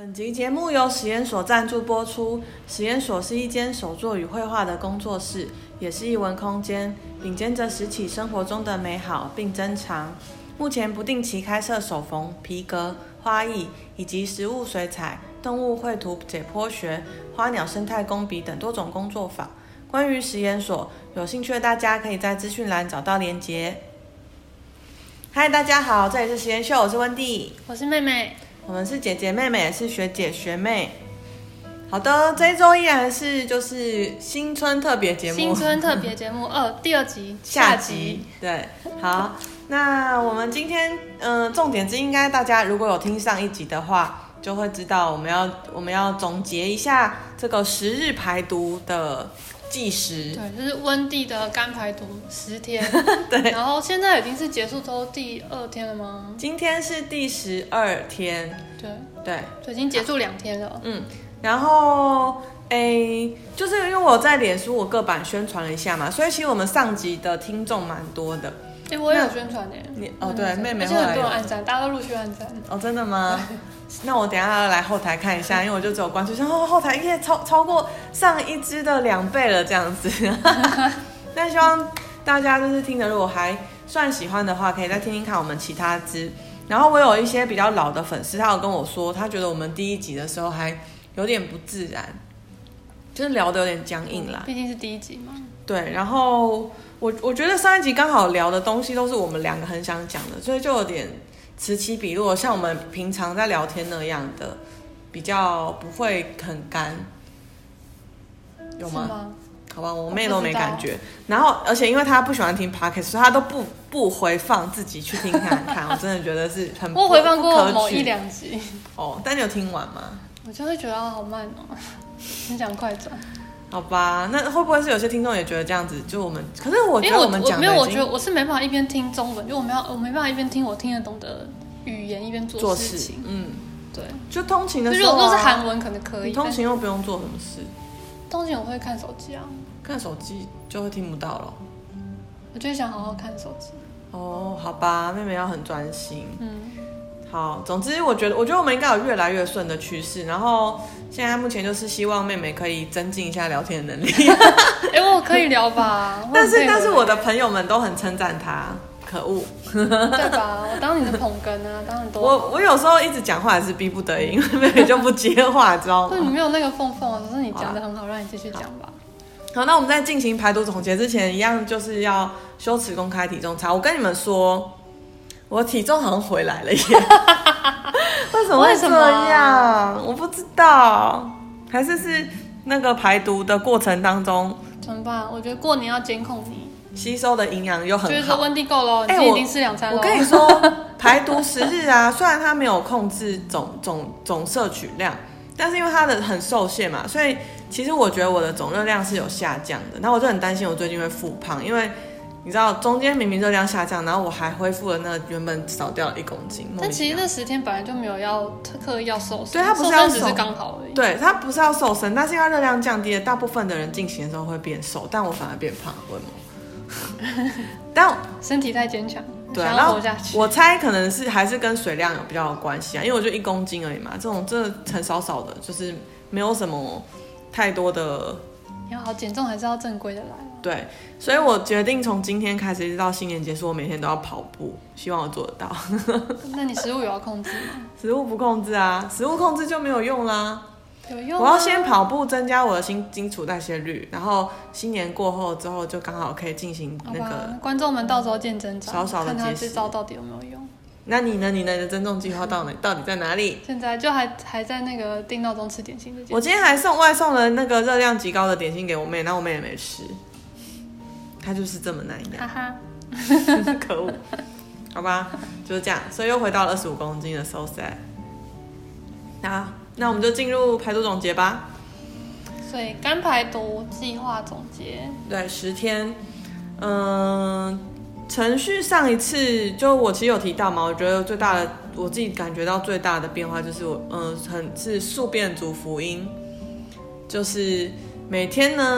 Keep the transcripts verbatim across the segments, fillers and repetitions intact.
本集节目由实验所赞助播出。实验所是一间手作与绘画的工作室，也是艺文空间，顶尖着拾起生活中的美好并珍藏。目前不定期开设手缝、皮革、花艺以及食物水彩、动物绘图解剖学、花鸟生态工笔等多种工作坊。关于实验所，有兴趣的大家可以在资讯栏找到连结。嗨，大家好，这里是实验秀，我是温蒂， 我是妹妹。 我们是姐姐妹妹，也是学姐学妹。好的，这一周依然是就是新春特别节目， 新春特别节目二第二集下集。对，好，那我们今天嗯、呃，重点是应该大家如果有听上一集的话，就会知道我们要我们要总结一下这个十日排毒的计时。 对，就是温蒂的肝排毒十天。 对， 然后现在已经是结束周第二天了吗？ 今天是第十二天。 对对， 就已经结束两天了。 嗯，然后诶，就是因为我在脸书我个版宣传了一下嘛，所以其实我们上集的听众蛮多的。 哎，我也有宣传耶。 你哦，对，妹妹而且很多人按赞，大家都陆续按赞。 哦，真的吗？那我等一下来后台看一下，因为我就只有关注，像后后台耶超超过上一支的两倍了这样子。那希望大家就是听的，如果还算喜欢的话，可以再听听看我们其他支。然后我有一些比较老的粉丝，他有跟我说，他觉得我们第一集的时候还有点不自然，就是聊得有点僵硬啦。 毕竟是第一集嘛。 对，然后我我觉得上一集刚好聊的东西都是我们两个很想讲的，所以就有点此起彼落，像我们平常在聊天那样的，比较不会很干，有吗？ 是吗？ 好吧，我妹都没感觉。然后，而且因为她不喜欢听 podcast， 所以她都不不回放，自己去听看看。我真的觉得是很不我回放过某一两集。 哦，但你有听完吗？ 我就会觉得好慢哦，很想快转。 好吧，那会不会是有些听众也觉得这样子？就我们，可是我觉得我们讲的没有，我觉得我是没办法一边听中文，就我没有，我没办法一边听我听得懂的语言一边做事情。 嗯， 对， 就通勤的时候、啊， 如果是韩文可能可以， 你通勤又不用做什么事。 通勤我会看手机啊， 看手机就会听不到了。 我就会想好好看手机。 哦，好吧，妹妹要很专心。 嗯。 好，总之我觉得，我觉得我们应该有越来越顺的趋势。然后现在目前就是希望妹妹可以增进一下聊天的能力。 哎、欸，我可以聊吧？ 但是但是我的朋友们都很称赞她，可恶。 对吧？我当你的捧哏啊，当然多。 我我有时候一直讲话也是逼不得已，因为妹妹就不接话，知道吗？ 对，你没有那个缝缝，只是你讲得很好，让你继续讲吧。 好，那我们在进行排毒总结之前，一样就是要羞耻公开体重差。我跟你们说。我体重好像回来了耶！为什么会这样？我不知道，还是是那个排毒的过程当中怎么办？我觉得过年要监控你吸收的营养又很好。 就是说温蒂够了，你今天已经吃两餐了。 我跟你说，排毒十日啊，虽然它没有控制总总总摄取量，但是因为它的很受限嘛，所以其实我觉得我的总热量是有下降的。那我就很担心我最近会复胖，因为。你知道中间明明热量下降，然后我还恢复了那原本少掉了一公斤。 但其实那十天本来就没有要刻意要瘦身， 对，它不是要瘦身只是刚好而已。 对，它不是要瘦身，但是因为热量降低了，大部分的人进行的时候会变瘦，但我反而变胖，为什么？但身体太坚强， 对， 想要活下去。 我猜可能是还是跟水量有比较有关系啊，因为我就一公斤而已嘛，这种真的很少少的，就是没有什么太多的。 要好减重还是要正规的来。 对，所以我决定从今天开始一直到新年结束，我每天都要跑步，希望我做得到。 那你食物有要控制吗？ 食物不控制啊，食物控制就没有用啦。 有用、啊。 我要先跑步增加我的新基础代谢率，然后新年过后之后就刚好可以进行那个。 观众们到时候见真章， 少少的看他这招到底有没有用。 那你呢？你呢？你的增重计划到哪？到底在哪里？ 现在就还还在那个定闹钟吃点心的。 我今天还送外送了那个热量极高的点心给我妹，然后我妹也没吃。她就是这么难养， 哈哈， 可恶。好吧，就是这样，所以又回到了二十五公斤的 so sad。好，那我们就进入排毒总结吧。 所以肝排毒计划总结， 对，十天，嗯。程序上一次就我其实有提到嘛，我觉得最大的我自己感觉到最大的变化就是我嗯很是宿便足福音，就是每天呢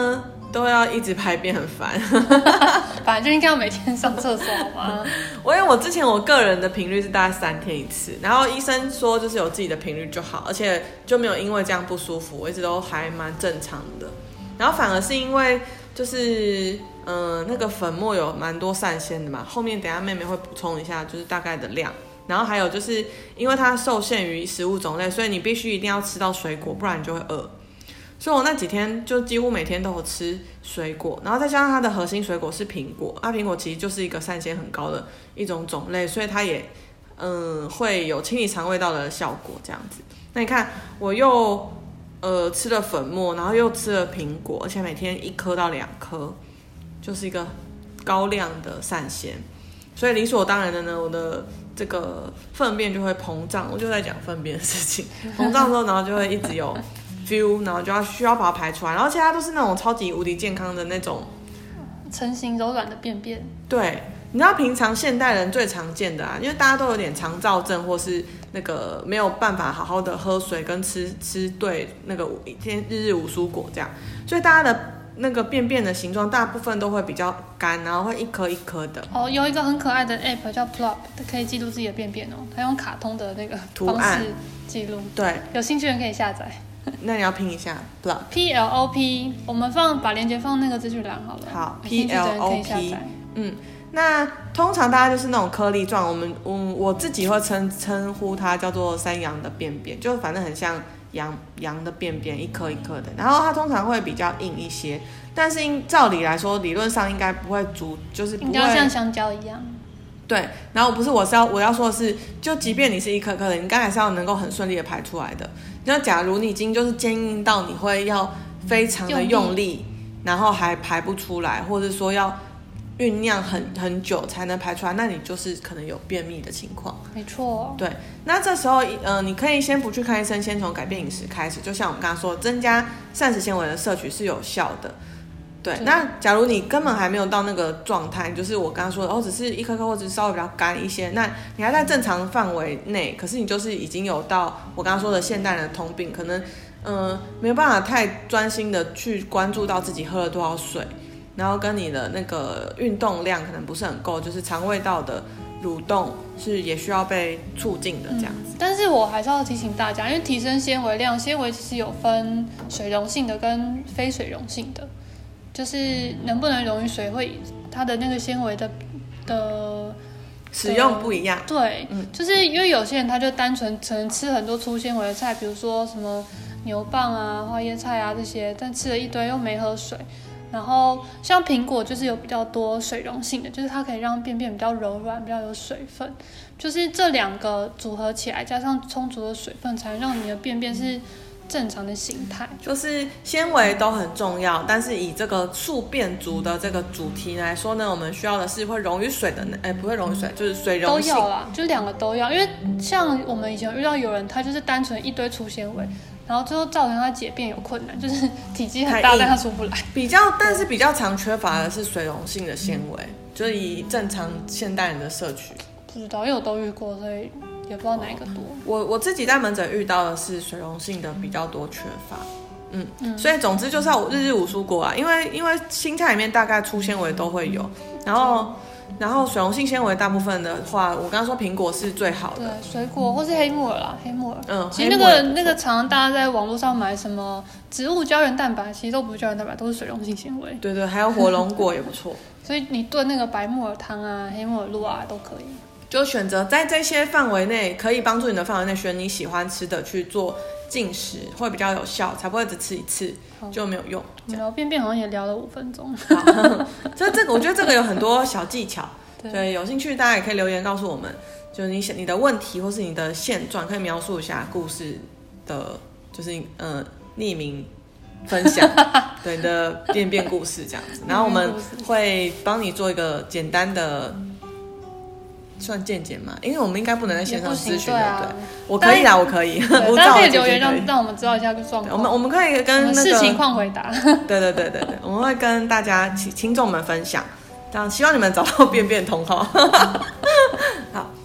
都要一直排便很烦。 本来就应该要每天上厕所好吗？ 我因为我之前我个人的频率是大概三天一次，然后医生说就是有自己的频率就好，而且就没有因为这样不舒服，我一直都还蛮正常的。然后反而是因为就是嗯、呃、那个粉末有蛮多膳纤的嘛，后面等一下妹妹会补充一下就是大概的量。然后还有就是因为它受限于食物种类，所以你必须一定要吃到水果，不然你就会饿。所以我那几天就几乎每天都有吃水果，然后再加上它的核心水果是苹果，啊，苹果其实就是一个膳纤很高的一种种类，所以它也嗯会有清理肠胃道的效果这样子。那你看我又呃吃了粉末，然后又吃了苹果，而且每天一颗到两颗，就是一个高量的膳纤，所以理所当然的呢，我的这个粪便就会膨胀。我就在讲粪便的事情，膨胀之后，然后就会一直有feel， 然后就要需要把它排出来，然后其他都是那种超级无敌健康的那种成型柔软的便便。对， 你知道平常现代人最常见的啊，因为大家都有点肠燥症，或是那个没有办法好好的喝水跟吃吃对那个一天日日五蔬果这样，所以大家的那个便便的形状大部分都会比较干，然后会一颗一颗的。 哦，有一个很可爱的 app 叫 Plop， 可以记录自己的便便哦，它用卡通的那个方式记录。 对， 有兴趣的人可以下载。 那你要拼一下 Plop P L O P， 我们放把链接放那个资讯栏好了。 好 ，P L O P， 嗯，那通常大家就是那种颗粒状，我们嗯我自己会称称呼它叫做山羊的便便，就反正很像羊羊的便便，一颗一颗的，然后它通常会比较硬一些，但是照理来说，理论上应该不会煮，就是不会应该像香蕉一样。 对，然后不是我是要我要说的是，就即便你是一颗颗的，你刚才是要能够很顺利的排出来的。那假如你已经就是坚硬到你会要非常的用力，然后还排不出来，或者说要酝酿很很久才能排出来，那你就是可能有便秘的情况。 没错。 对，那这时候呃，你可以先不去看医生，先从改变饮食开始。就像我们刚刚说，增加膳食纤维的摄取是有效的。对，那假如你根本还没有到那个状态，就是我刚刚说的，哦，只是一颗颗或者稍微比较干一些，那你还在正常范围内，可是你就是已经有到我刚刚说的现代人的通病，可能呃没有办法太专心的去关注到自己喝了多少水，然后跟你的那个运动量可能不是很够，就是肠胃道的蠕动是也需要被促进的这样子、嗯。 但是我还是要提醒大家，因为提升纤维量，纤维其实有分水溶性的跟非水溶性的。就是能不能溶于水会，它的那个纤维的的使用不一样。 对、嗯，就是因为有些人他就单纯可能吃很多粗纤维的菜，比如说什么牛蒡啊、花椰菜啊这些，但吃了一堆又没喝水。然后像苹果就是有比较多水溶性的，就是它可以让便便比较柔软，比较有水分。就是这两个组合起来，加上充足的水分，才能让你的便便是正常的形态。 就是纤维都很重要，但是以这个宿便足的这个主题来说呢，我们需要的是会溶于水的，哎，不会溶于水，就是水溶性都要啦，就是两个都要。因为像我们以前遇到有人，他就是单纯一堆粗纤维，然后最后造成他解便有困难，就是体积很大，但他出不来。 比较，但是比较常缺乏的是水溶性的纤维，就是以正常现代人的摄取。 不知道，因为我都遇过，所以也不知道哪一个多。 我我自己在门诊遇到的是水溶性的比较多缺乏，嗯，嗯所以总之就是要日日五蔬果啊，因为因为青菜里面大概粗纤维都会有，然后然后水溶性纤维大部分的话，我刚刚说苹果是最好的， 对，水果或是黑木耳啦，黑木耳， 嗯， 其实那个那个常常大家在网络上买什么植物胶原蛋白，其实都不是胶原蛋白，都是水溶性纤维。 对对，还有火龙果也不错， 所以你炖那个白木耳汤啊、黑木耳露啊都可以。 就选择在这些范围内可以帮助你的范围内选你喜欢吃的去做进食，会比较有效，才不会只吃一次就没有用。 聊便便好像也聊了五分钟， 所以这个我觉得这个有很多小技巧，所以有兴趣大家也可以留言告诉我们，就是你你的问题或是你的现状，可以描述一下故事的，就是呃匿名分享对你的便便故事这样子，然后我们会帮你做一个简单的。算健检嘛？因为我们应该不能在线上咨询，对不对？我可以啦，我可以。 大家可以留言让让我们知道一下状况。 我们我们可以跟那个视情况回答。 对对对对对，我们会跟大家听众们分享，这样希望你们找到便便同好。好，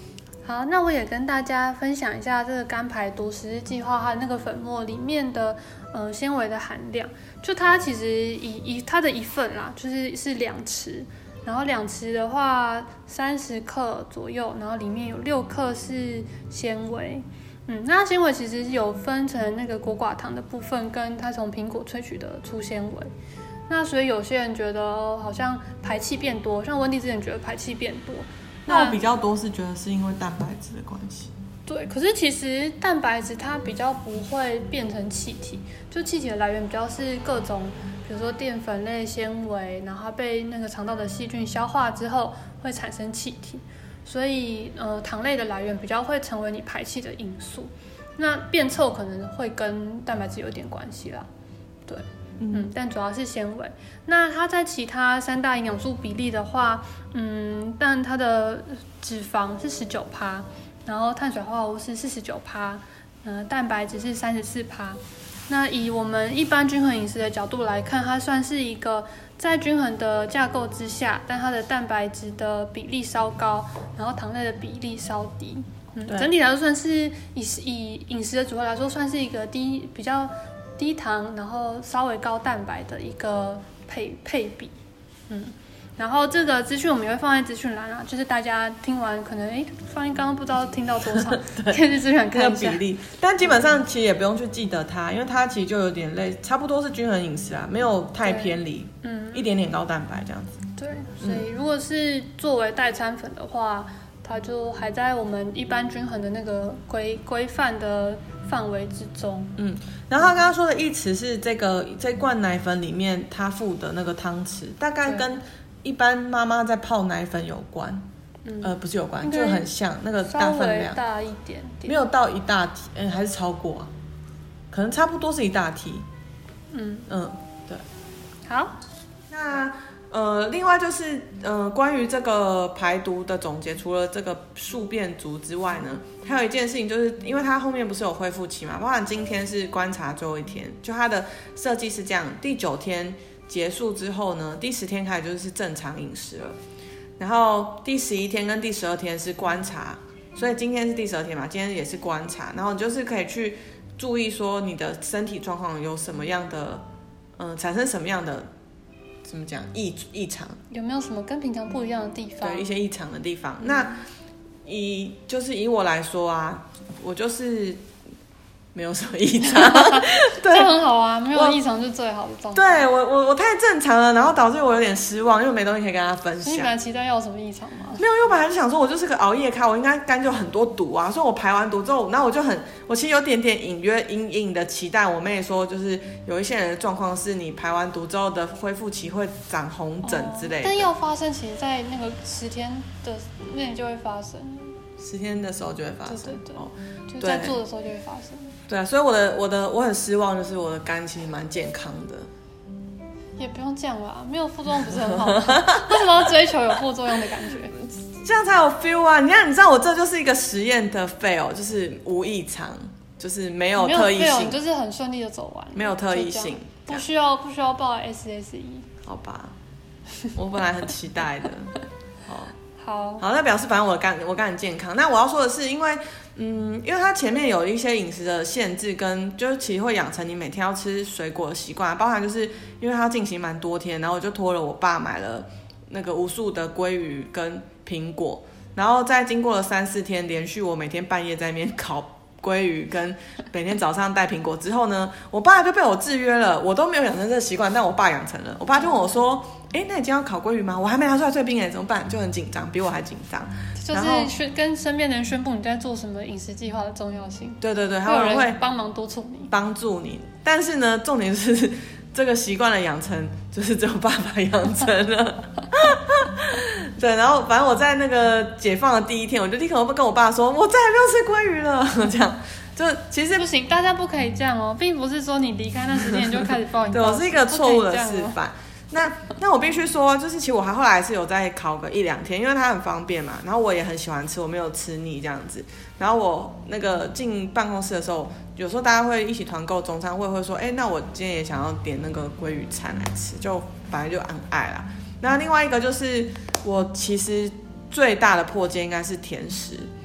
好，那我也跟大家分享一下这个肝排毒十日计划它那个粉末里面的呃纤维的含量。就它其实以以它的一份啦，就是是两匙，然后两匙的话三十克左右，然后里面有六克是纤维。嗯，那它纤维其实有分成那个果寡糖的部分，跟它从苹果萃取的粗纤维。那所以有些人觉得好像排气变多，像温蒂之前觉得排气变多。 那我比较多是觉得是因为蛋白质的关系。 对，可是其实蛋白质它比较不会变成气体，就气体的来源比较是各种，比如说淀粉类纤维，然后它被那个肠道的细菌消化之后会产生气体，所以呃糖类的来源比较会成为你排气的因素。那变臭可能会跟蛋白质有点关系啦，对。嗯，但主要是纤维。那它在其他三大营养素比例的话，嗯，但它的脂肪是十九趴，然后碳水化合物是四十九趴，嗯，蛋白质是三十四趴。那以我们一般均衡饮食的角度来看，它算是一个在均衡的架构之下，但它的蛋白质的比例稍高，然后糖类的比例稍低。嗯，整体来说算是以以饮食的组合来说，算是一个低比较。低糖，然后稍微高蛋白的一个配配比，嗯，然后这个资讯我们也会放在资讯栏啊，就是大家听完可能哎，放映刚刚不知道听到多少，可以去资讯栏看一下比例。但基本上其实也不用去记得它，因为它其实就有点类，差不多是均衡饮食啊，没有太偏离，嗯，一点点高蛋白这样子。 对，所以如果是作为代餐粉的话，它就还在我们一般均衡的那个规规范的范围之中。 嗯，然后他刚刚说的一匙是这个这罐奶粉里面它附的那个汤匙，大概跟一般妈妈在泡奶粉有关。嗯，呃，不是有关，就很像那个大分量， 稍微大一点点， 没有到一大提，嗯，还是超过啊，可能差不多是一大提。嗯嗯，对。 好， 那。呃，另外就是，呃，关于这个排毒的总结，除了这个宿便足之外呢，还有一件事情，就是因为它后面不是有恢复期嘛，包含今天是观察最后一天，就它的设计是这样，第九天结束之后呢，第十天开始就是正常饮食了，然后第十一天跟第十二天是观察，所以今天是第十二天嘛，今天也是观察，然后你就是可以去注意说你的身体状况有什么样的，嗯、呃，产生什么样的。怎么讲异异常？ 有没有什么跟平常不一样的地方？ 对，一些异常的地方。嗯、那以就是以我来说啊，我就是没有什么异常， 对，这很好啊，没有异常是最好的状态。 对我我我太正常了，然后导致我有点失望，因为没东西可以跟他分享。 你本来期待要有什么异常吗？ 没有，因为我本来就想说，我就是个熬夜咖，我应该肝就很多毒啊，所以我排完毒之后，那我就很，我其实有点点隐约隐隐的期待。我妹说，就是有一些人的状况是你排完毒之后的恢复期会长红疹之类的。 哦、但要发生，其实在那个十天的内就会发生。 十天的时候就会发生， 对对对， 哦、 就在做的时候就会发生。 对啊，所以我的我的我很失望，就是我的肝其实蛮健康的。 也不用这样啦，没有副作用不是很好吗？为什么要追求有副作用的感觉？ 这样才有 feel 啊！你看，你知道我这就是一个实验的 fail， 就是无异常，就是没有特异性， 你就是很顺利的走完， 没有特异性， 不需要不需要报 S S E。 好吧，我本来很期待的。好， 好， 好，那表示反正我肝我肝很健康。那我要说的是，因为嗯，因为它前面有一些饮食的限制，跟就是其实会养成你每天要吃水果的习惯，包含就是因为它进行蛮多天，然后我就托了我爸买了那个无数的鲑鱼跟苹果，然后在经过了三四天连续我每天半夜在那边烤鲑鱼跟每天早上带苹果之后呢，我爸就被我制约了，我都没有养成这个习惯，但我爸养成了。我爸就问我说：“哎，那你今天要烤鲑鱼吗？我还没拿出来退冰哎，怎么办？”就很紧张，比我还紧张。 就是跟身边的人宣布你在做什么饮食计划的重要性。 对对对， 还有人会帮忙督促你， 帮助你。但是呢，重点是这个习惯的养成，就是只有爸爸养成了。对，然后反正我在那个解放的第一天，我就立刻跟我爸说，我再也不要吃鲑鱼了。这样，就其实不行，大家不可以这样哦，并不是说你离开那十天你就开始暴饮暴食。 对，我是一个错误的示范。那那我必须说，就是其实我还后来是有在烤个一两天，因为它很方便嘛，然后我也很喜欢吃，我没有吃腻这样子。然后我那个进办公室的时候，有时候大家会一起团购中餐会，会说，哎，那我今天也想要点那个鲑鱼餐来吃，就本来就很爱啦。那另外一个就是我其实最大的破戒应该是甜食，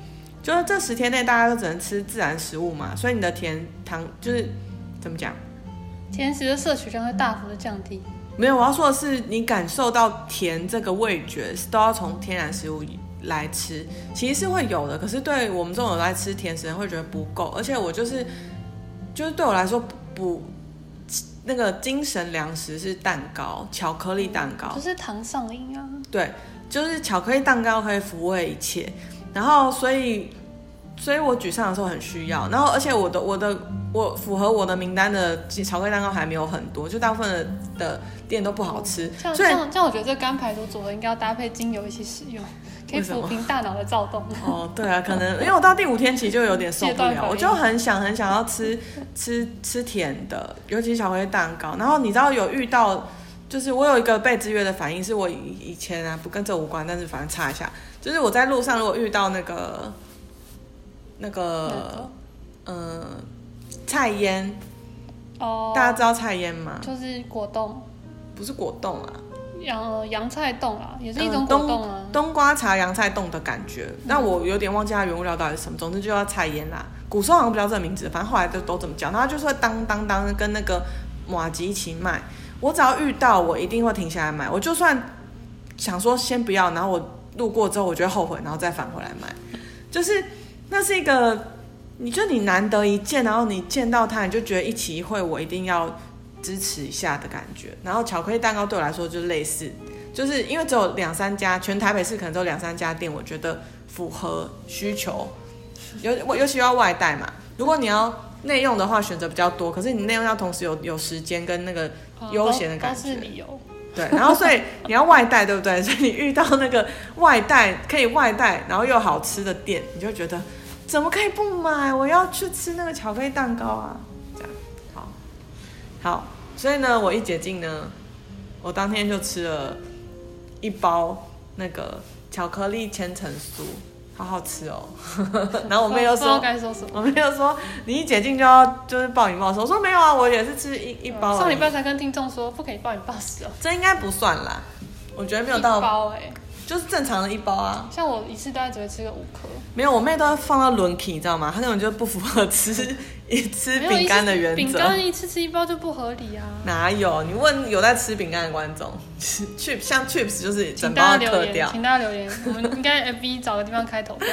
就是这十天内大家都只能吃自然食物嘛，所以你的甜糖就是怎么讲？ 甜食的摄取量会大幅的降低。 没有，我要说的是，你感受到甜这个味觉都要从天然食物来吃，其实是会有的。可是对我们这种有在吃甜食的人会觉得不够，而且我就是就是对我来说不那个精神粮食是蛋糕，巧克力蛋糕， 就是糖上瘾啊。 对，就是巧克力蛋糕可以抚慰一切。然后所以所以我沮丧的时候很需要，然后而且我的我的我符合我的名单的巧克力蛋糕还没有很多，就大部分 的, 的店都不好吃。 这样这样这样，我觉得这肝排毒组合应该要搭配精油一起使用，可以抚平大脑的躁动。 哦，对啊，可能因为我到第五天其实就有点受不了，我就很想很想要吃吃吃甜的，尤其是巧克力蛋糕。然后你知道有遇到，就是我有一个被制约的反应，是我以前啊不跟这无关，但是反正插一下，就是我在路上如果遇到那个那个嗯、呃、菜烟，哦，大家知道菜烟吗？ 就是果冻， 不是果冻啊。 洋洋菜冻啦，也是一种果冻啊、 嗯、冬, 冬瓜茶洋菜冻的感觉，但我有点忘记它原物料到底是什么，总之就叫菜烟啦。古时候好像不叫这个名字，反正后来就都这么叫。然后它就是会当当当跟那个麻糬一起卖，我只要遇到我一定会停下来买，我就算想说先不要，然后我路过之后我就会后悔，然后再返回来买。就是那是一个，你就你难得一见，然后你见到它，你就觉得一期一会我一定要支持一下的感觉。然后巧克力蛋糕对我来说就类似，就是因为只有两三家，全台北市可能只有两三家店，我觉得符合需求，尤尤其要外带嘛。如果你要内用的话，选择比较多，可是你内用要同时有有时间跟那个悠闲的感觉， 都是理由。 对，然后所以你要外带，对不对？所以你遇到那个外带可以外带，然后又好吃的店，你就觉得怎么可以不买？我要去吃那个巧克力蛋糕啊！这样，好，好，所以呢，我一解禁呢，我当天就吃了一包那个巧克力千层酥，好好吃哦。然后我妹又说， 该说什么？ 我妹又说，你一解禁就要就是暴饮暴食。我说没有啊，我也是吃一一包而已。 上礼拜才跟听众说不可以暴饮暴食哦。 这应该不算啦，我觉得没有到一包哎、欸， 就是正常的一包啊。 像我一次大概只会吃个五颗。 没有，我妹都要放到轮起，你知道吗？她根本就不符合吃吃饼干的原则。 饼干一次吃一包就不合理啊。 哪有？你问有在吃饼干的观众 ，chips 像 chips 就是整包嗑掉。 请大家留言，我们应该 F B 找个地方开投票。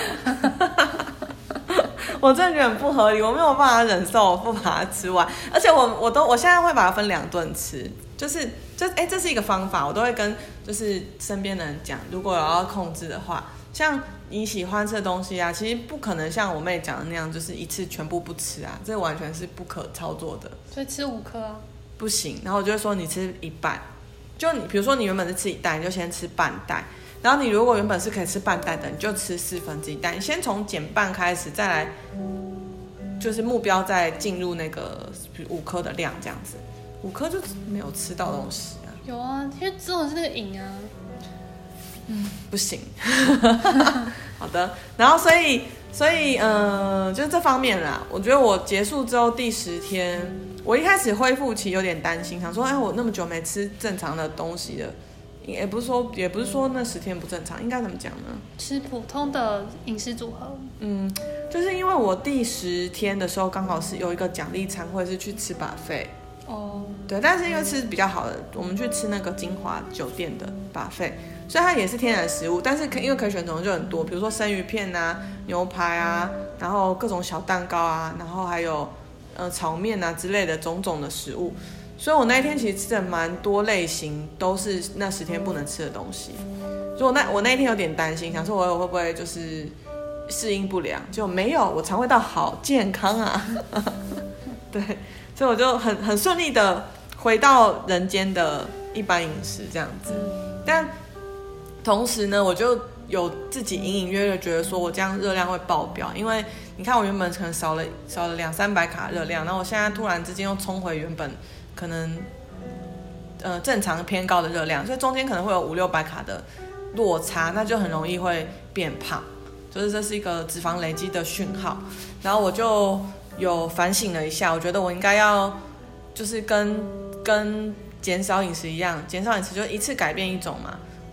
我真的觉得很不合理，我没有办法忍受我不把它吃完，而且我我都我现在会把它分两顿吃，就是就哎、欸、这是一个方法，我都会跟就是身边的人讲，如果有要控制的话，像你喜欢吃的东西啊，其实不可能像我妹讲的那样，就是一次全部不吃啊，这完全是不可操作的。 所以吃五颗啊， 不行。然后我就会说你吃一半，就你比如说你原本是吃一袋，你就先吃半袋。然后你如果原本是可以吃半袋的，你就吃四分之一袋。你先从减半开始，再来就是目标再进入那个五颗的量这样子。五颗就没有吃到东西啊。 有啊，因为这种是那个瘾啊。 嗯，不行。好的，然后所以所以嗯、呃，就是这方面啦。我觉得我结束之后第十天，我一开始恢复期有点担心，想说，哎，我那么久没吃正常的东西了。也不是说，也不是说那十天不正常，应该怎么讲呢？ 吃普通的饮食组合。 嗯，就是因为我第十天的时候刚好是有一个奖励餐会，是去吃 buffet。哦。对，但是因为吃比较好的，我们去吃那个金华酒店的 buffet，所以它也是天然食物，但是可因为可以选种就很多，比如说生鱼片啊、牛排啊，然后各种小蛋糕啊，然后还有呃炒面啊之类的种种的食物。所以我那一天其实吃的蛮多类型，都是那十天不能吃的东西。所以我那我那一天有点担心，想说我会不会就是适应不良，结果没有，我肠胃道好健康啊。对，所以我就很很顺利的回到人间的一般饮食这样子。但同时呢，我就有自己隐隐约约觉得说我这样热量会爆表，因为你看我原本可能少了少了两三百卡热量，然后我现在突然之间又冲回原本可能呃正常偏高的热量，所以中间可能会有五六百卡的落差，那就很容易会变胖，就是这是一个脂肪累积的讯号。然后我就有反省了一下，我觉得我应该要就是跟跟减少饮食一样，减少饮食就一次改变一种嘛。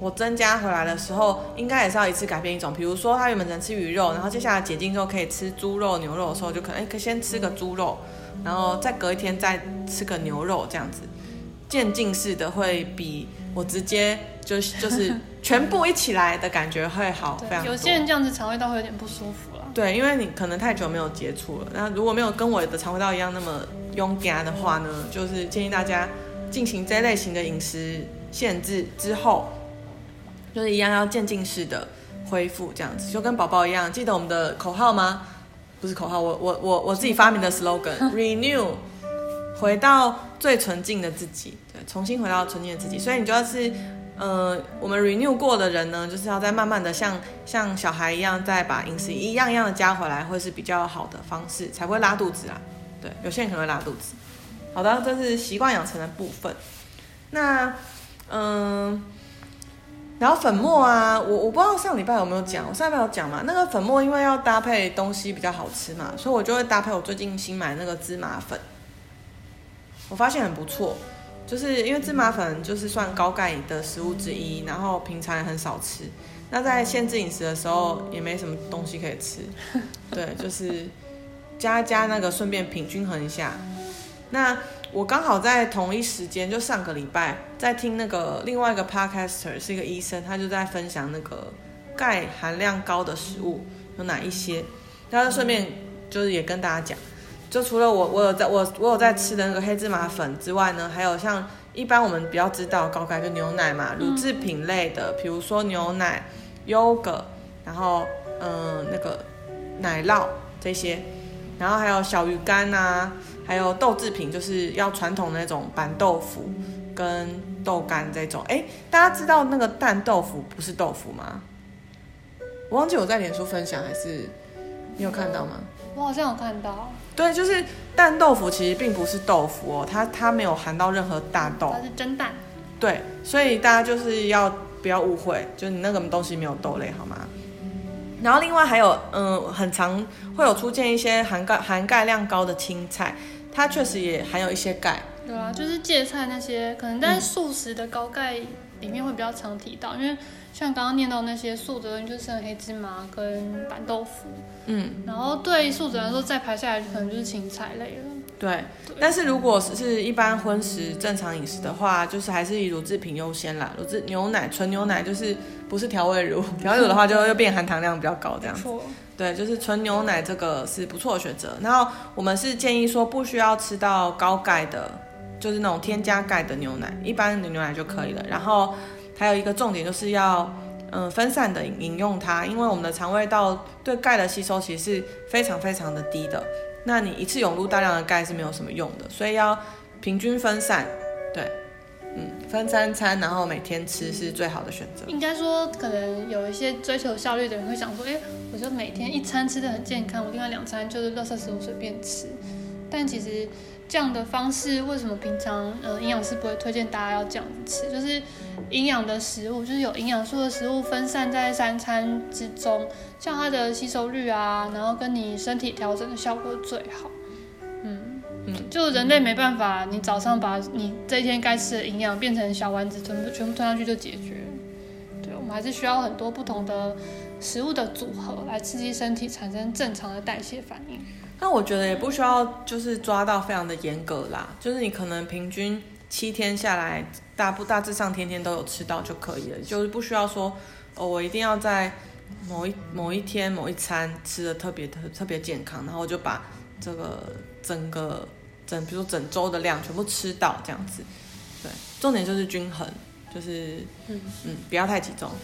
我增加回来的时候，应该也是要一次改变一种，比如说他原本只能吃鱼肉，然后接下来解禁之后可以吃猪肉、牛肉的时候，就可能哎，可以先吃个猪肉，然后再隔一天再吃个牛肉，这样子渐进式的会比我直接就就是全部一起来的感觉会好非常多。 有些人这样子肠胃道会有点不舒服啦。 对，因为你可能太久没有接触了，那如果没有跟我的肠胃道一样那么勇敢的话呢，就是建议大家进行这类型的饮食限制之后，就是一样要渐进式的恢复，这样子就跟宝宝一样。记得我们的口号吗？不是口号，我我我我自己发明的 slogan，renew， 回到最纯净的自己，对，重新回到纯净的自己。所以你就要是，呃，我们 renew 过的人呢，就是要再慢慢的像像小孩一样，再把饮食一样一样的加回来，会是比较好的方式，才不会拉肚子啊。对，有些人可能会拉肚子。好的，这是习惯养成的部分。那，嗯。然后粉末啊，我我不知道上礼拜有没有讲，我上礼拜有讲嘛，那个粉末因为要搭配东西比较好吃嘛，所以我就会搭配我最近新买那个芝麻粉，我发现很不错，就是因为芝麻粉就是算高钙的食物之一，然后平常也很少吃，那在限制饮食的时候也没什么东西可以吃，对，就是加一加那个顺便平均衡一下。那我刚好在同一时间，就上个礼拜在听那个另外一个 podcaster 是一个医生，他就在分享那个钙含量高的食物有哪一些，他就顺便就是也跟大家讲，就除了我我有在我我有在吃的那个黑芝麻粉之外呢，还有像一般我们比较知道高钙就牛奶嘛，乳制品类的，比如说牛奶、优格，然后嗯那个奶酪这些，然后还有小鱼干啊。还有豆制品，就是要传统的那种板豆腐跟豆干这种。哎，大家知道那个蛋豆腐不是豆腐吗？我忘记我在脸书分享还是你有看到吗？ 我好像有看到。 对，就是蛋豆腐其实并不是豆腐哦，它它没有含到任何大豆， 它是蒸蛋。 对，所以大家就是要不要误会，就是你那个东西没有豆类好吗？然后另外还有，嗯，很常会有出现一些含钙含钙量高的青菜，它确实也含有一些钙。 对啊，就是芥菜那些，可能在素食的高钙里面会比较常提到，嗯、因为像刚刚念到那些素的，就是黑芝麻跟板豆腐，嗯，然后对素食来说，再排下来可能就是青菜类了。 对，对，但是如果是一般荤食正常饮食的话，就是还是以乳制品优先啦。乳制牛奶、纯牛奶就是不是调味乳，调味乳的话就又变含糖量比较高这样子。对，就是纯牛奶这个是不错的选择。然后我们是建议说不需要吃到高钙的，就是那种添加钙的牛奶，一般的牛奶就可以了。然后还有一个重点就是要嗯分散的饮用它，因为我们的肠胃道对钙的吸收其实是非常非常的低的。那你一次涌入大量的钙是没有什么用的，所以要平均分散，对，嗯，分三餐，然后每天吃是最好的选择。 应该说，可能有一些追求效率的人会想说，哎，我就每天一餐吃得很健康，我另外两餐就是垃圾食物随便吃。但其实这样的方式，为什么平常呃营养师不会推荐大家要这样子吃？就是营养的食物，就是有营养素的食物分散在三餐之中，像它的吸收率啊，然后跟你身体调整的效果最好。嗯嗯，就人类没办法，你早上把你这一天该吃的营养变成小丸子，全部全部吞上去就解决。对，我们还是需要很多不同的食物的组合来刺激身体产生正常的代谢反应。 那我觉得也不需要就是抓到非常的严格啦，就是你可能平均七天下来，大不大致上天天都有吃到就可以了，就是不需要说哦，我一定要在某一某一天某一餐吃的特别特特别健康，然后我就把这个整个整比如说整周的量全部吃到这样子。对，重点就是均衡，就是嗯嗯不要太集中。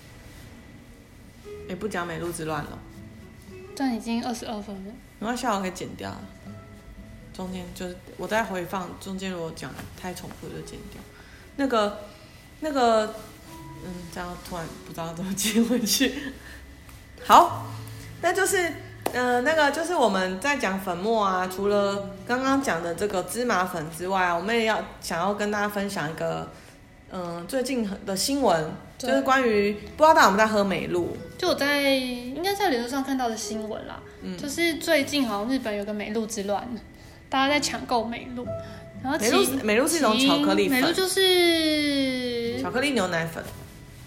也不讲美路之乱了， 这样已经二十二分了。 没关系，我可以剪掉了。中间就是我在回放，中间如果讲太重复就剪掉。那个那个，嗯，这样突然不知道怎么接回去。好，那就是呃那个就是我们在讲粉末啊，除了刚刚讲的这个芝麻粉之外啊，我们也要想要跟大家分享一个嗯、呃、最近的新闻，就是关于不知道大家有没有在喝美露。 就我在应该在脸书上看到的新闻啦，嗯、就是最近好像日本有个美露之乱，大家在抢购美露，然后美露美露是一种巧克力粉， 美露就是巧克力牛奶粉，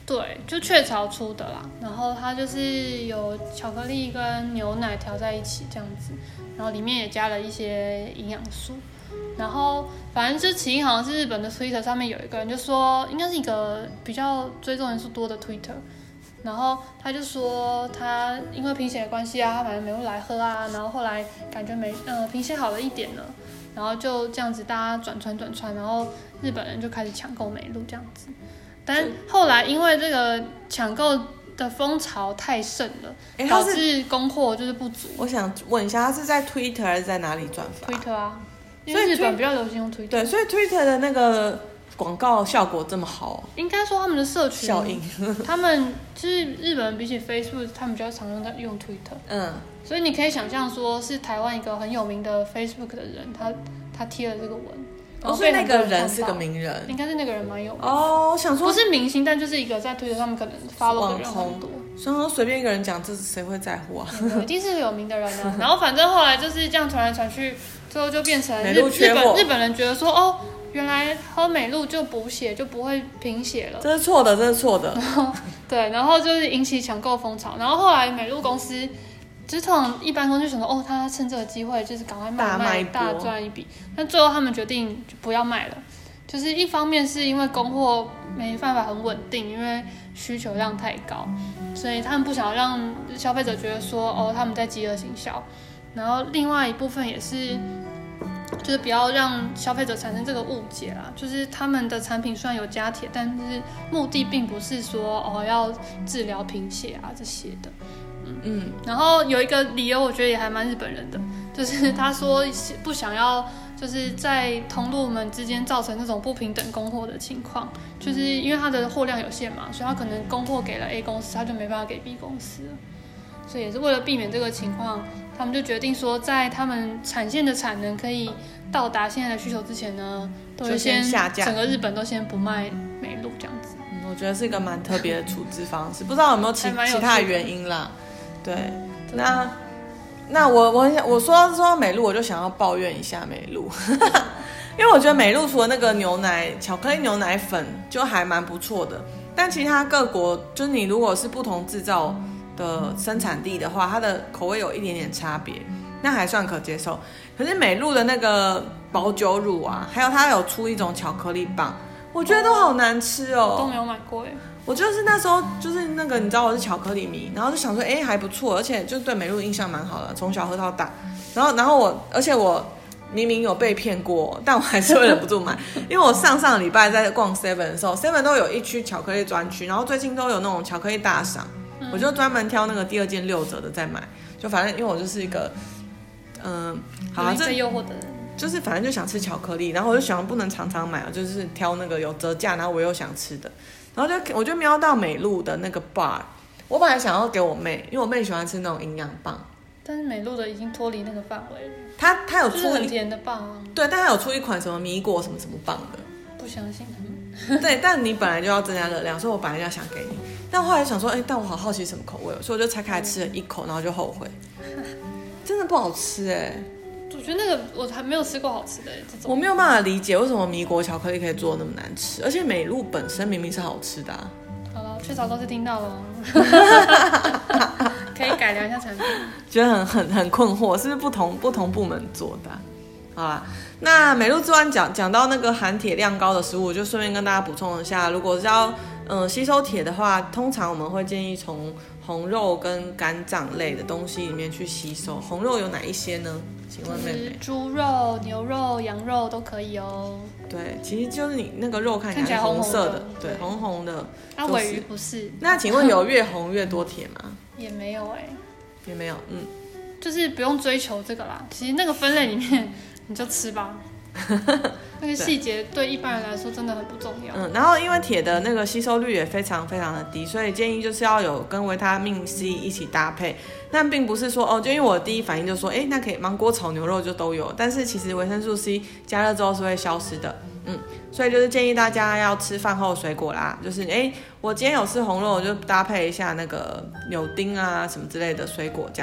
对，就雀巢出的啦，然后它就是有巧克力跟牛奶调在一起这样子，然后里面也加了一些营养素，然后反正就起因好像是日本的 Twitter 上面有一个人就说，应该是一个比较追踪人数多的 Twitter， 然后他就说他因为贫血的关系啊，他反正美露来喝啊，然后后来感觉没呃贫血好了一点了，然后就这样子大家转传转传，然后日本人就开始抢购美露这样子。但后来因为这个抢购的风潮太盛了，欸、导致供货就是不足。 我想问一下，他是在 Twitter 还是在哪里转发 ？Twitter 啊，因为日本比较流行用 Twitter。 对，所以 Twitter 的那个广告效果这么好， 应该说他们的社群效应， 他们就是日本人比起 Facebook， 他们比较常用在用 Twitter。嗯，所以你可以想象说，是台湾一个很有名的 Facebook 的人，他他贴了这个文。 哦，所以那个人是个名人， 应该是那个人蛮有名的哦。我想说， 不是明星，但就是一个在推特上面可能 follow 的人很多。 所以说随便一个人讲，这谁会在乎啊？ 一定是个有名的人啊。然后反正后来就是这样传来传去，最后就变成日日本日本人觉得说，哦，原来喝美露就补血，就不会贫血了。 这是错的，这是错的。 然后对，然后就是引起抢购风潮。然后后来美露公司。就是通常一般公司就想说，哦，他趁这个机会就是赶快卖卖大赚一笔。但最后他们决定就不要卖了，就是一方面是因为供货没办法很稳定，因为需求量太高，所以他们不想让消费者觉得说，哦，他们在饥饿行销。然后另外一部分也是，就是不要让消费者产生这个误解啦。就是他们的产品虽然有加铁，但是目的并不是说哦要治疗贫血啊这些的。嗯，然后有一个理由，我觉得也还蛮日本人的，就是他说不想要，就是在通路们之间造成那种不平等供货的情况，就是因为他的货量有限嘛，所以他可能供货给了 A 公司，他就没办法给 B 公司了，所以也是为了避免这个情况，他们就决定说，在他们产线的产能可以到达现在的需求之前呢，都会先下架， 整个日本都先不卖美露这样子。 嗯，我觉得是一个蛮特别的处置方式，不知道有没有 其, 有其他的原因啦。对，那那我我很想我说到说到美露，我就想要抱怨一下美露，因为我觉得美露除了那个牛奶巧克力牛奶粉就还蛮不错的，但其他各国就是你如果是不同制造的生产地的话，它的口味有一点点差别，那还算可接受。可是美露的那个保酒乳啊，还有它有出一种巧克力棒，我觉得都好难吃哦， 都没有买过耶。 我就是那时候就是那个你知道我是巧克力迷，然后就想说哎还不错，而且就对美露印象蛮好的，从小喝到大。然后然后我而且我明明有被骗过，但我还是会忍不住买，因为我上上礼拜在逛 seven 的时候 ，seven 都有一区巧克力专区，然后最近都有那种巧克力大赏，嗯、我就专门挑那个第二件六折的再买。就反正因为我就是一个嗯、呃，好啊， 这被诱惑的人。 就是反正就想吃巧克力，然后我就想不能常常买，就是挑那个有折价，然后我又想吃的。然后就我就瞄到美露的那个 bar， 我本来想要给我妹，因为我妹喜欢吃那种营养棒， 但是美露的已经脱离那个范围了。 她她有出就是很甜的棒啊， 对，但她有出一款什么米果什么什么棒的， 不相信他们。 对，但你本来就要增加热量，所以我本来就要想给你，但后来想说，哎，但我好好奇什么口味，所以我就拆开来吃了一口，然后就后悔，真的不好吃哎、欸。 我觉得那个我还没有吃过好吃的这种， 我没有办法理解为什么米果巧克力可以做那么难吃，而且美露本身明明是好吃的啊。 好了，雀巢公司听到了，可以改良一下产品。 觉得很很很困惑，是不是不同不同部门做的、啊？好啦，那美露之外讲讲到那个含铁量高的食物，我就顺便跟大家补充一下，如果是要嗯吸收铁的话，通常我们会建议从红肉跟肝脏类的东西里面去吸收。红肉有哪一些呢？请问妹妹？ 猪肉、牛肉、羊肉都可以哦。 对，其实就是你那个肉看起来是红色的，对，红红的。 那鮪鱼不是？ 那请问有越红越多铁吗？ 也没有哎、欸， 也没有，嗯， 就是不用追求这个啦。其实那个分类里面你就吃吧。那个细节对一般人来说真的很不重要。 嗯，然后因为铁的那个吸收率也非常非常的低，所以建议就是要有跟维他命 C 一起搭配。但并不是说哦，就因为我的第一反应就说，哎，那可以芒果炒牛肉就都有，但是其实维生素 C 加热之后是会消失的。嗯，所以就是建议大家要吃饭后水果啦，就是哎，我今天有吃红肉，我就搭配一下那个柳丁啊什么之类的水果这样。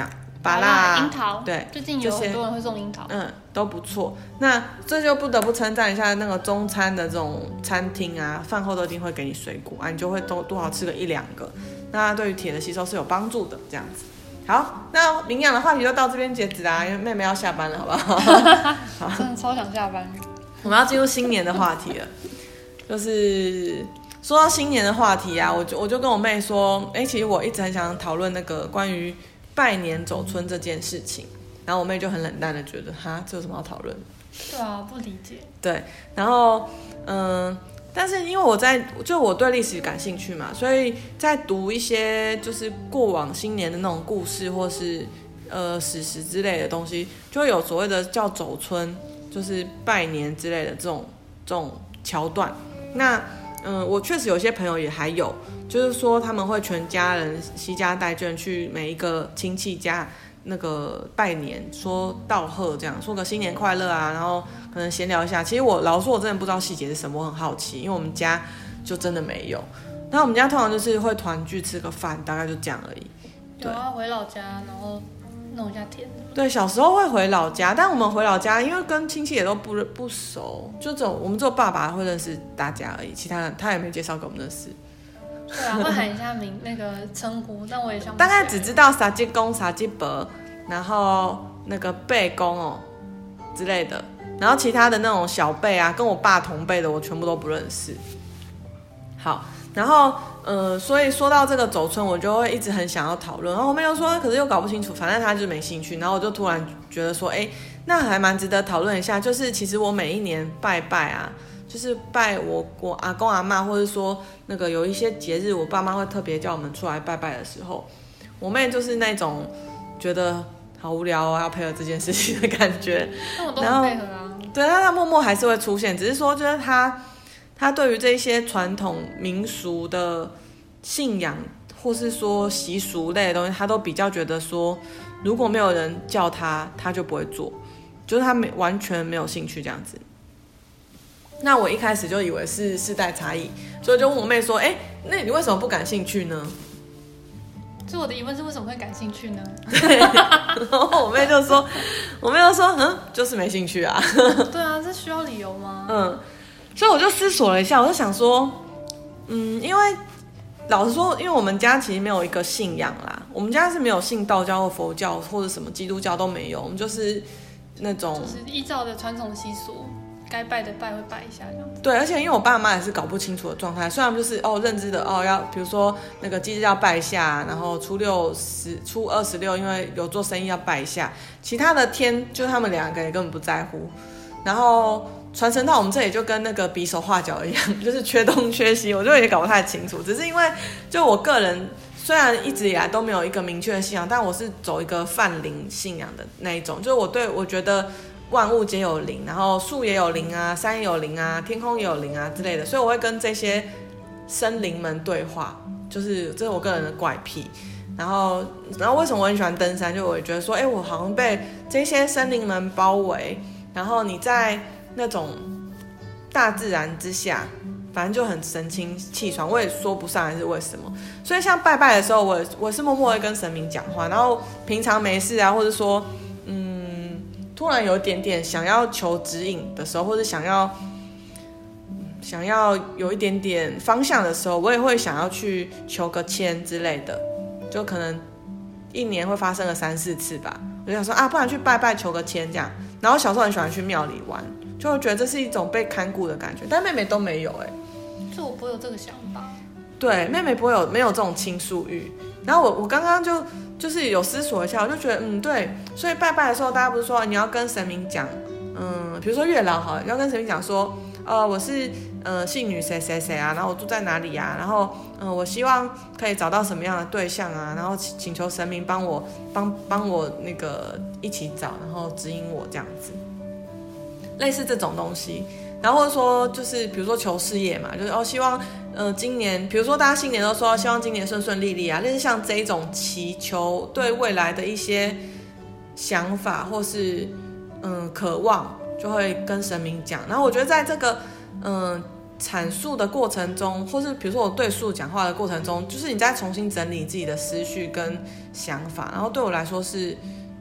芭乐、 樱桃， 对， 最近有很多人会送樱桃， 嗯，都不错。那这就不得不称赞一下那个中餐的这种餐厅啊，饭后都一定会给你水果啊，你就会多多少吃个一两个，那对于铁的吸收是有帮助的，这样子。好，那营养的话题就到这边截止啦，因为妹妹要下班了，好不好？ 好，真的超想下班。 我们要进入新年的话题了，就是说到新年的话题啊，我就我就跟我妹说，哎，其实我一直很想讨论那个关于拜年走春这件事情，然后我妹就很冷淡的觉得，哈，这有什么好讨论？ 对啊，不理解。 对，然后嗯。但是因为我在就我对历史感兴趣嘛，所以在读一些就是过往新年的那种故事或是呃史实之类的东西，就会有所谓的叫走春，就是拜年之类的这种这种桥段。那嗯，我确实有些朋友也还有，就是说他们会全家人携家带眷去每一个亲戚家那个拜年，说道贺这样，说个新年快乐啊，然后可能闲聊一下。其实我老实说，我真的不知道细节是什么，我很好奇，因为我们家就真的没有。那我们家通常就是会团聚吃个饭，大概就这样而已。 有啊，回老家然后弄一下甜的。 对，小时候会回老家，但我们回老家，因为跟亲戚也都不不熟，就只有我们只有爸爸会认识大家而已，其他人他也没介绍给我们认识。 对啊，会喊一下名那个称呼，但我也想不起来。 大概只知道啥吉公、啥吉伯，然后那个辈公哦之类的，然后其他的那种小辈啊，跟我爸同辈的，我全部都不认识。好，然后呃，所以说到这个走春，我就会一直很想要讨论。然后我妹又说，可是又搞不清楚，反正她就没兴趣。然后我就突然觉得说，哎，那还蛮值得讨论一下。就是其实我每一年拜拜啊。就是拜我我阿公阿嬷，或者说那个有一些节日，我爸妈会特别叫我们出来拜拜的时候，我妹就是那种觉得好无聊哦，要配合这件事情的感觉。 那我都很配合啊。 对，她默默还是会出现，只是说就是她她对于这些传统民俗的信仰，或是说习俗类的东西，她都比较觉得说，如果没有人叫她，她就不会做，就是她没完全没有兴趣这样子。那我一开始就以为是世代差异，所以就问我妹说：“哎，那你为什么不感兴趣呢？” 所以我的疑问是为什么会感兴趣呢？ 对，然后我妹就说：“我妹就说，嗯，就是没兴趣啊。” 对啊，这需要理由吗？ 嗯，所以我就思索了一下，我就想说，嗯，因为老实说，因为我们家其实没有一个信仰啦，我们家是没有信道教或佛教或者什么基督教都没有，我们就是那种就是依照的传统习俗。该拜的拜会拜一下这样子。 对，而且因为我爸妈也是搞不清楚的状态，虽然就是哦认知的哦要，比如说那个忌日要拜一下，然后初六十初二十六因为有做生意要拜一下，其他的天就他们两个也根本不在乎。然后传承到我们这里就跟那个比手画脚一样，就是缺东缺西，我就也搞不太清楚。只是因为就我个人虽然一直以来都没有一个明确的信仰，但我是走一个泛灵信仰的那一种，就是我对我觉得。万物皆有灵，然后树也有灵啊，山也有灵啊，天空也有灵啊之类的，所以我会跟这些生灵们对话，就是这是我个人的怪癖。然后，然后为什么我很喜欢登山？就我觉得说，哎，我好像被这些生灵们包围，然后你在那种大自然之下，反正就很神清气爽，我也说不上来是为什么。所以像拜拜的时候，我我是默默会跟神明讲话，然后平常没事啊，或者说，嗯。突然有一点点想要求指引的时候，或者想要想要有一点点方向的时候，我也会想要去求个签之类的，就可能一年会发生个三四次吧。我就想说啊，不然去拜拜求个签这样。然后小时候很喜欢去庙里玩，就会觉得这是一种被看顾的感觉，但妹妹都没有哎、欸， 就我不会有这个想法。 对，妹妹不会有没有这种倾诉欲。然后我我刚刚就。就是有思索一下，我就觉得，嗯，对，所以拜拜的时候，大家不是说你要跟神明讲，嗯，比如说月老好，你要跟神明讲说，呃，我是呃姓女谁谁谁啊，然后我住在哪里啊，然后，嗯、呃，我希望可以找到什么样的对象啊，然后请求神明帮我帮帮我那个一起找，然后指引我这样子，类似这种东西。然后或者说就是比如说求事业嘛，就是哦希望呃今年，比如说大家新年都说希望今年顺顺利利啊，类似像这一种祈求对未来的一些想法或是嗯渴望，就会跟神明讲。然后我觉得在这个嗯阐述的过程中，或是比如说我对述讲话的过程中，就是你在重新整理自己的思绪跟想法，然后对我来说是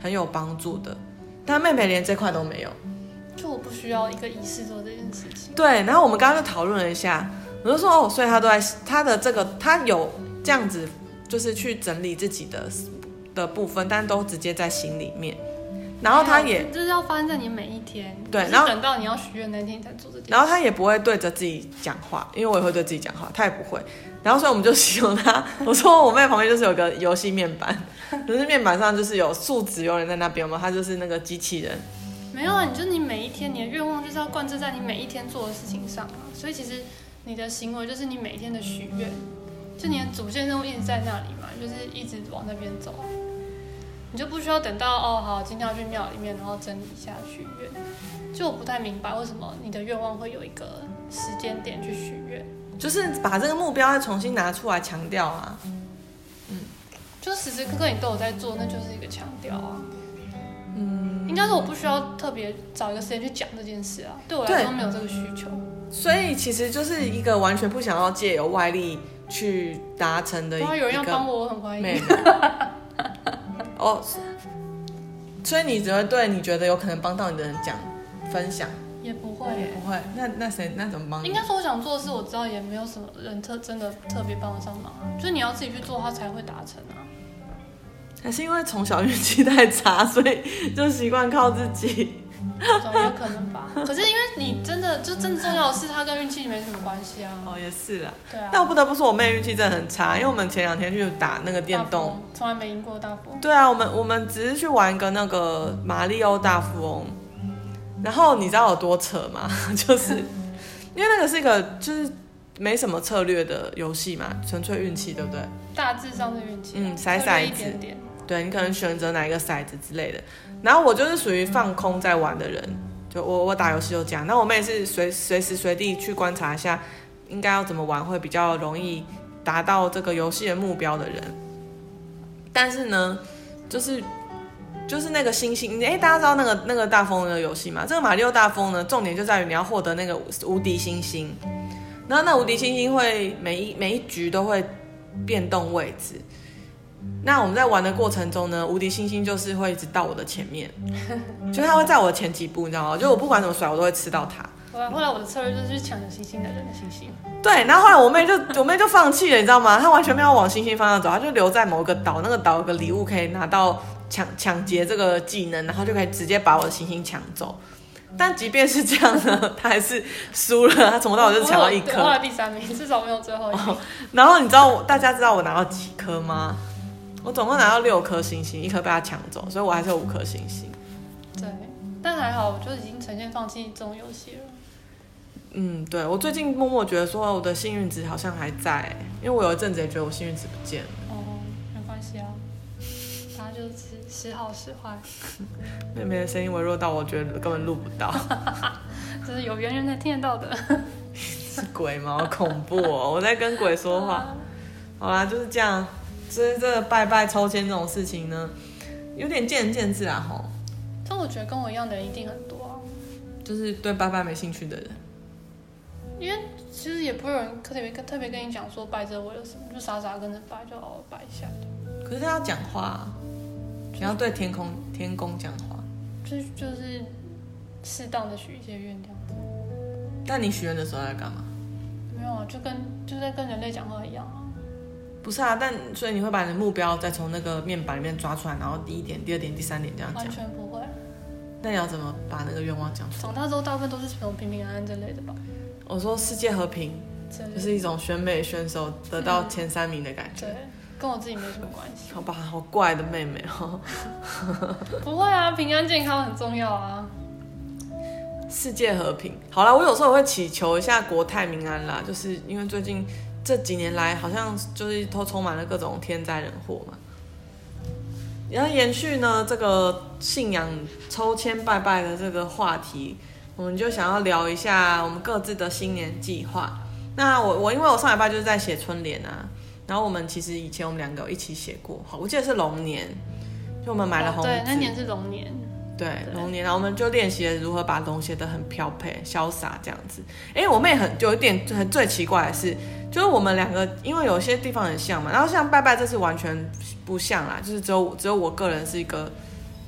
很有帮助的。但妹妹连这块都没有， 就我不需要一个仪式做这件事情。 对，然后我们刚刚就讨论了一下，我就说哦，所以她都在她的这个，她有这样子，就是去整理自己的的部分，但都直接在心里面。然后她也就是要发生在你每一天， 对，然后等到你要许愿那天才做这件事。 然后她也不会对着自己讲话，因为我也会对自己讲话，她也不会。然后所以我们就形容她，我说我妹旁边就是有个游戏面板，就是面板上就是有数值有人在那边嘛，她就是那个机器人。 没有啊，你就你每一天你的愿望就是要贯彻在你每一天做的事情上啊，所以其实你的行为就是你每一天的许愿，就你的主线任务一直在那里嘛，就是一直往那边走，你就不需要等到哦好今天要去庙里面然后整理一下许愿。就我不太明白为什么你的愿望会有一个时间点去许愿， 就是把这个目标再重新拿出来强调啊， 嗯，就是时时刻刻你都有在做，那就是一个强调啊。嗯，应该是我不需要特别找一个时间去讲这件事啊，对我来说没有这个需求。 所以其实就是一个完全不想要借由外力去达成的一个。 有人要帮我，我很欢迎。 哦，所以你只会对你觉得有可能帮到你的人讲分享， 也不会耶， 也不会。那那谁那怎么帮你？ 应该说我想做的事，我知道也没有什么人特真的特别帮得上忙啊，就是你要自己去做，它才会达成啊。 还是因为从小运气太差，所以就习惯靠自己。 有可能吧。可是因为你真的就真的重要的是，它跟运气没什么关系啊。 哦，也是啦。 对啊。 但我不得不说，我妹运气真的很差，因为我们前两天去打那个电动， 从来没赢过大富翁。 对啊，我们我们只是去玩一个那个马里奥大富翁，然后你知道有多扯吗？就是因为那个是一个就是没什么策略的游戏嘛，纯粹运气，对不对？ 大致上的运气， 嗯，骰骰子， 一点点。 对，你可能选择哪一个骰子之类的。然后我就是属于放空在玩的人，就我我打游戏就这样。那我妹是随随时随地去观察一下，应该要怎么玩会比较容易达到这个游戏的目标的人。但是呢，就是就是那个星星，哎，大家知道那个那个大风的游戏吗？这个马里奥大风呢，重点就在于你要获得那个无敌星星。然后那无敌星星会每一每一局都会变动位置。那我们在玩的过程中呢，无敌星星就是会一直到我的前面，就是它会在我的前几步，你知道吗？就我不管怎么甩，我都会吃到它。 后来我的策略就是去抢有星星的人的星星。 对，然后后来我妹就我妹就放弃了，你知道吗？她完全没有往星星方向走，她就留在某个岛，那个岛有个礼物可以拿到抢抢劫这个技能，然后就可以直接把我的星星抢走。但即便是这样呢，她还是输了，她从头到尾就是抢到一颗， 我后来第三名，至少没有最后一名。 哦、然后你知道大家知道我拿到几颗吗？我总共拿到六颗星星，一颗被他抢走，所以我还是有五颗星星。 对，但还好，我就已经呈现放弃这种游戏了。 嗯，对，我最近默默觉得说我的幸运值好像还在，因为我有一阵子也觉得我幸运值不见了。 哦，没关系啊，大家就是时好时坏。 妹妹的声音微弱到我觉得根本录不到， 这是有缘人才听得到的。 是鬼吗？好恐怖哦！我在跟鬼说话。好啦，就是这样。所以这个拜拜抽签这种事情呢，有点见仁见智啊吼。 但我觉得跟我一样的人一定很多啊， 就是对拜拜没兴趣的人。 因为其实也不会有人特别特别跟你讲说拜这为了什么，就傻傻跟着拜，就偶尔拜一下。 可是他要讲话、啊，你要对天空天公讲话， 就是就是适当的许一些愿这样子。 但你许愿的时候在干嘛？ 没有啊，就跟就在跟人类讲话一样啊。 不是啊，但所以你会把你的目标再从那个面板里面抓出来，然后第一点、第二点、第三点这样讲。 完全不会。 那你要怎么把那个愿望讲出来？ 长大之后大部分都是什么平平安安之类的吧。 我说世界和平，就是一种选美选手得到前三名的感觉。 对，跟我自己没什么关系。 好吧，好怪的妹妹哦。 不会啊，平安健康很重要啊。 世界和平，好啦，我有时候也会祈求一下国泰民安啦，就是因为最近这几年来好像就是都充满了各种天灾人祸嘛。然后延续呢这个信仰抽签拜拜的这个话题，我们就想要聊一下我们各自的新年计划。那我我因为我上礼拜就是在写春联啊，然后我们其实以前我们两个有一起写过，好，我记得是龙年，就我们买了红纸， 对，那年是龙年。 对，龙年，然后我们就练习了如何把龙写得很飘配、潇洒这样子。哎，我妹很有一点很最奇怪的是，就是我们两个因为有些地方很像嘛，然后像拜拜这是完全不像啦，就是只有只有我个人是一个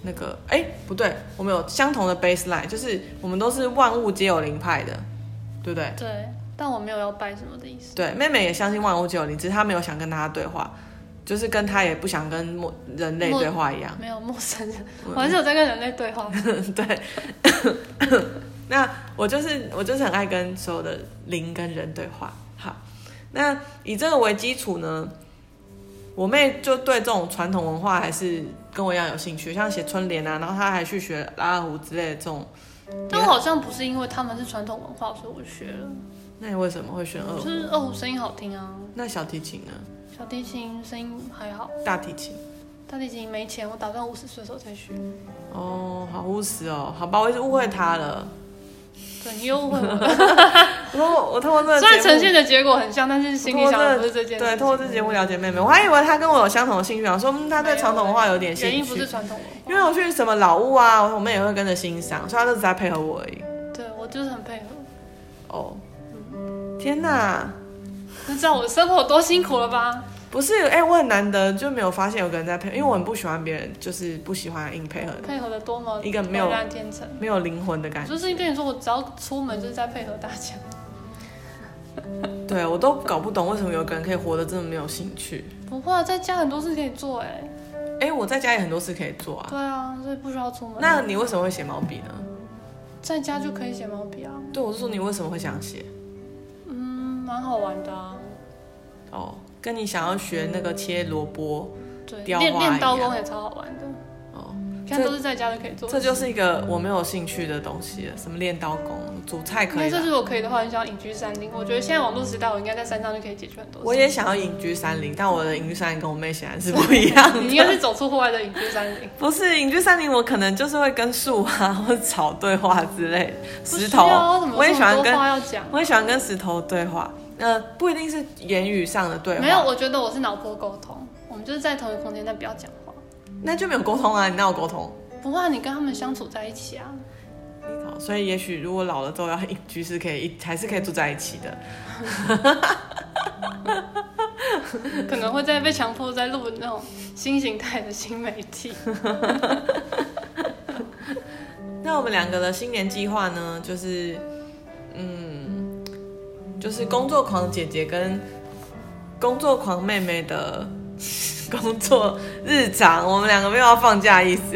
那个，哎，不对，我们有相同的 baseline， 就是我们都是万物皆有灵派的，对不对？ 对，但我没有要拜什么的意思。 对，妹妹也相信万物皆有灵，只是她没有想跟大家对话，就是跟她也不想跟人类对话一样。 没有陌生人，我还是有在跟人类对话。 对，那我就是我就是很爱跟所有的灵跟人对话。好，那以这个为基础呢，我妹就对这种传统文化还是跟我一样有兴趣，像写春联啊，然后她还去学拉二胡之类的这种。 但我好像不是因为他们是传统文化，所以我学了。 那你为什么会选二胡？ 就是二胡声音好听啊。 那小提琴呢？ 小提琴声音还好。 大提琴？ 大提琴没钱，我打算五十岁的时候再学。 哦，好务实哦，好吧，我一直误会他了。 对，你又误会我了。 我我透过这个节目， 虽然呈现的结果很像，但是心里想的不是这件事。 对，透过这节目了解妹妹，我还以为她跟我有相同的兴趣，想说嗯，她对传统文化有点兴趣。 原因不是传统文化， 因为我去什么老屋啊，我妹也会跟着欣赏，所以她都只在配合我而已。 对，我就是很配合。 哦，嗯、天哪！ 就知道我的生活有多辛苦了吧？ 不是，哎、欸，我很难得就没有发现有个人在配合，因为我很不喜欢别人，就是不喜欢硬配合的， 配合的多么一个没有天成、 没有灵魂的感觉。 就是跟你说，我只要出门就是在配合大家。 对，我都搞不懂为什么有个人可以活得这么没有兴趣。 不会、啊，在家很多事可以做、欸，哎。 哎、欸，我在家也很多事可以做啊。 对啊，所以不需要出门。 那你为什么会写毛笔呢？ 在家就可以写毛笔啊。 对，我是说你为什么会想写？ 嗯，蛮好玩的啊。 哦，跟你想要学那个切萝卜、 雕花一样，练练刀工也超好玩的。 哦， 看都是在家就可以做。 这就是一个我没有兴趣的东西了，什么练刀工、煮菜可以。 那这如果可以的话，很想要隐居山林。我觉得现在网络时代，我应该在山上就可以解决很多事。 我也想要隐居山林，但我的隐居山林跟我妹显然是不一样的。 你应该是走出户外的隐居山林。 不是隐居山林，我可能就是会跟树啊或者草对话之类的。石头，我也喜欢跟我也喜欢跟石头对话。呃，不一定是言语上的对话。 没有，我觉得我是脑波沟通。我们就是在同一个空间，但不要讲话。 那就没有沟通啊？你哪有沟通？ 不会，你跟他们相处在一起啊。 所以也许如果老了之后要隐居是可以，还是可以住在一起的。 可能会再被强迫在录那种新形态的新媒体。 那我们两个的新年计划呢，就是嗯，就是工作狂姐姐跟工作狂妹妹的工作日常，我们两个没有要放假的意思。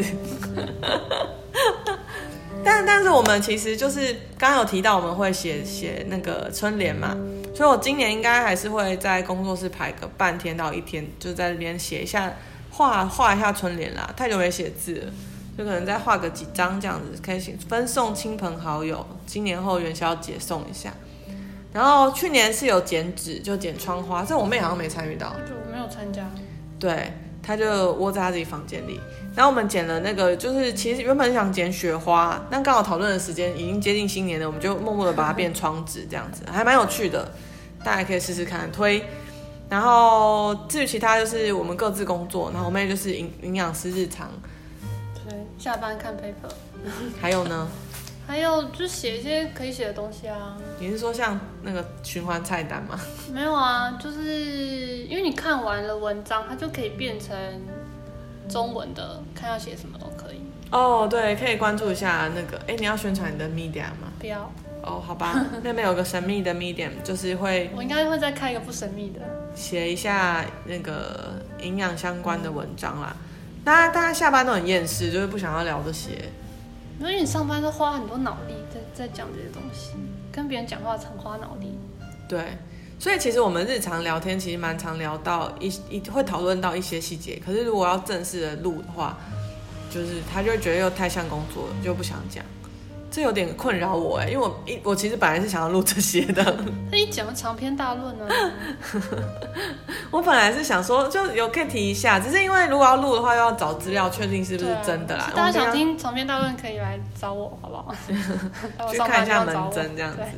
但但是我们其实就是刚刚有提到我们会写写那个春联嘛，所以我今年应该还是会在工作室排个半天到一天，就在那边写一下画画一下春联啦。太久没写字了，就可能再画个几张这样子，可以分送亲朋好友，今年后元宵节送一下。然后去年是有剪纸，就剪窗花，这我妹好像没参与到， 就我没有参加。 对，她就窝在她自己房间里。然后我们剪了那个，就是其实原本想剪雪花，但刚好讨论的时间已经接近新年了，我们就默默的把它变窗纸这样子，还蛮有趣的，大家可以试试看推。然后至于其他就是我们各自工作，然后我妹就是营营养师日常， 对，下班看 paper。 还有呢？ 还有就写一些可以写的东西啊。 你是说像那个循环菜单吗？ 没有啊，就是因为你看完了文章，它就可以变成中文的，看要写什么都可以。 哦，对，可以关注一下那个，哎，你要宣传你的 Medium 吗？ 不要。 哦，好吧，那边有个神秘的 Medium， 就是会， 我应该会再开一个不神秘的，写一下那个营养相关的文章啦。大家大家下班都很厌世，就是不想要聊这些。 因为你上班都花很多脑力在在讲这些东西，跟别人讲话常花脑力。 对，所以其实我们日常聊天其实蛮常聊到一一会讨论到一些细节，可是如果要正式的录的话，就是他就会觉得又太像工作了，就不想讲。这有点困扰我哎、欸，因为我一我其实本来是想要录这些的。 那你讲长篇大论啊？ 我本来是想说，就有可以提一下，只是因为如果要录的话，又要找资料，确定是不是真的啦。 啊、大家想听长篇大论，可以来找我，好不好？ 去看一下门诊这样子。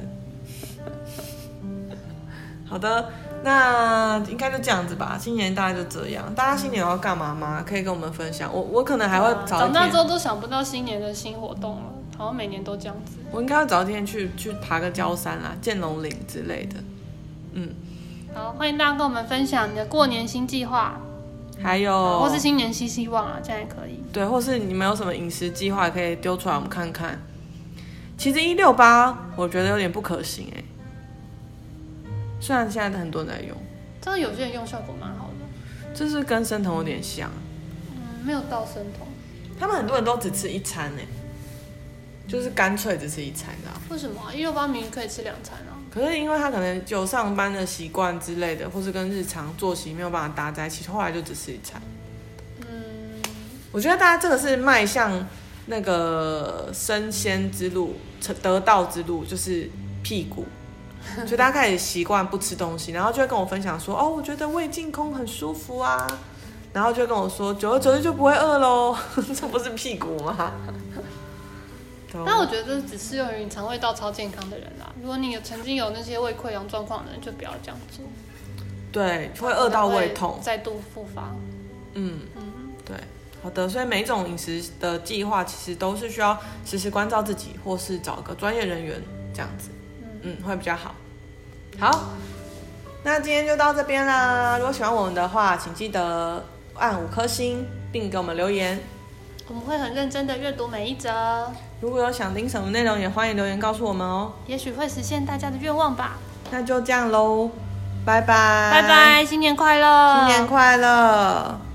好的，那应该就这样子吧。新年大概就这样，大家新年要干嘛吗？可以跟我们分享。我我可能还会找一天、啊、 长大之后都想不到新年的新活动了。好像每年都这样子。 我应该要找一天去去爬个郊山啦，剑龙岭之类的。嗯， 好，欢迎大家跟我们分享你的过年新计划。 还有或是新年新希望啊，这样也可以。 对，或是你们有什么饮食计划，也可以丢出来我们看看。其实一六八我觉得有点不可行哎、欸，虽然现在很多人在用， 真的有些人用效果蛮好的， 就是跟生酮有点像。 嗯，没有到生酮。 他们很多人都只吃一餐哎、欸，就是干脆只吃一餐的、啊。 为什么、啊？一六八明明可以吃两餐啊。 可是因为他可能有上班的习惯之类的，或是跟日常作息没有办法搭在一起，后来就只吃一餐。 嗯， 我觉得大家这个是迈向那个升仙之路、得道之路，就是屁股。所以大家开始习惯不吃东西，然后就会跟我分享说：“哦，我觉得胃净空很舒服啊。”然后就跟我说：“久而久之就不会饿喽。”这不是屁股吗？ 但我觉得这只适用于肠胃道超健康的人啦。如果你有曾经有那些胃溃疡状况的人，就不要这样做。 对，会饿到胃痛， 再度复发。 嗯嗯，对，好的。所以每一种饮食的计划，其实都是需要时时关照自己，或是找个专业人员这样子，嗯，嗯会比较好。好，那今天就到这边啦。如果喜欢我们的话，请记得按五颗星，并给我们留言。 我们会很认真的阅读每一则。 如果有想听什么内容，也欢迎留言告诉我们哦。 也许会实现大家的愿望吧。 那就这样喽，拜拜， 拜拜，新年快乐， 新年快乐。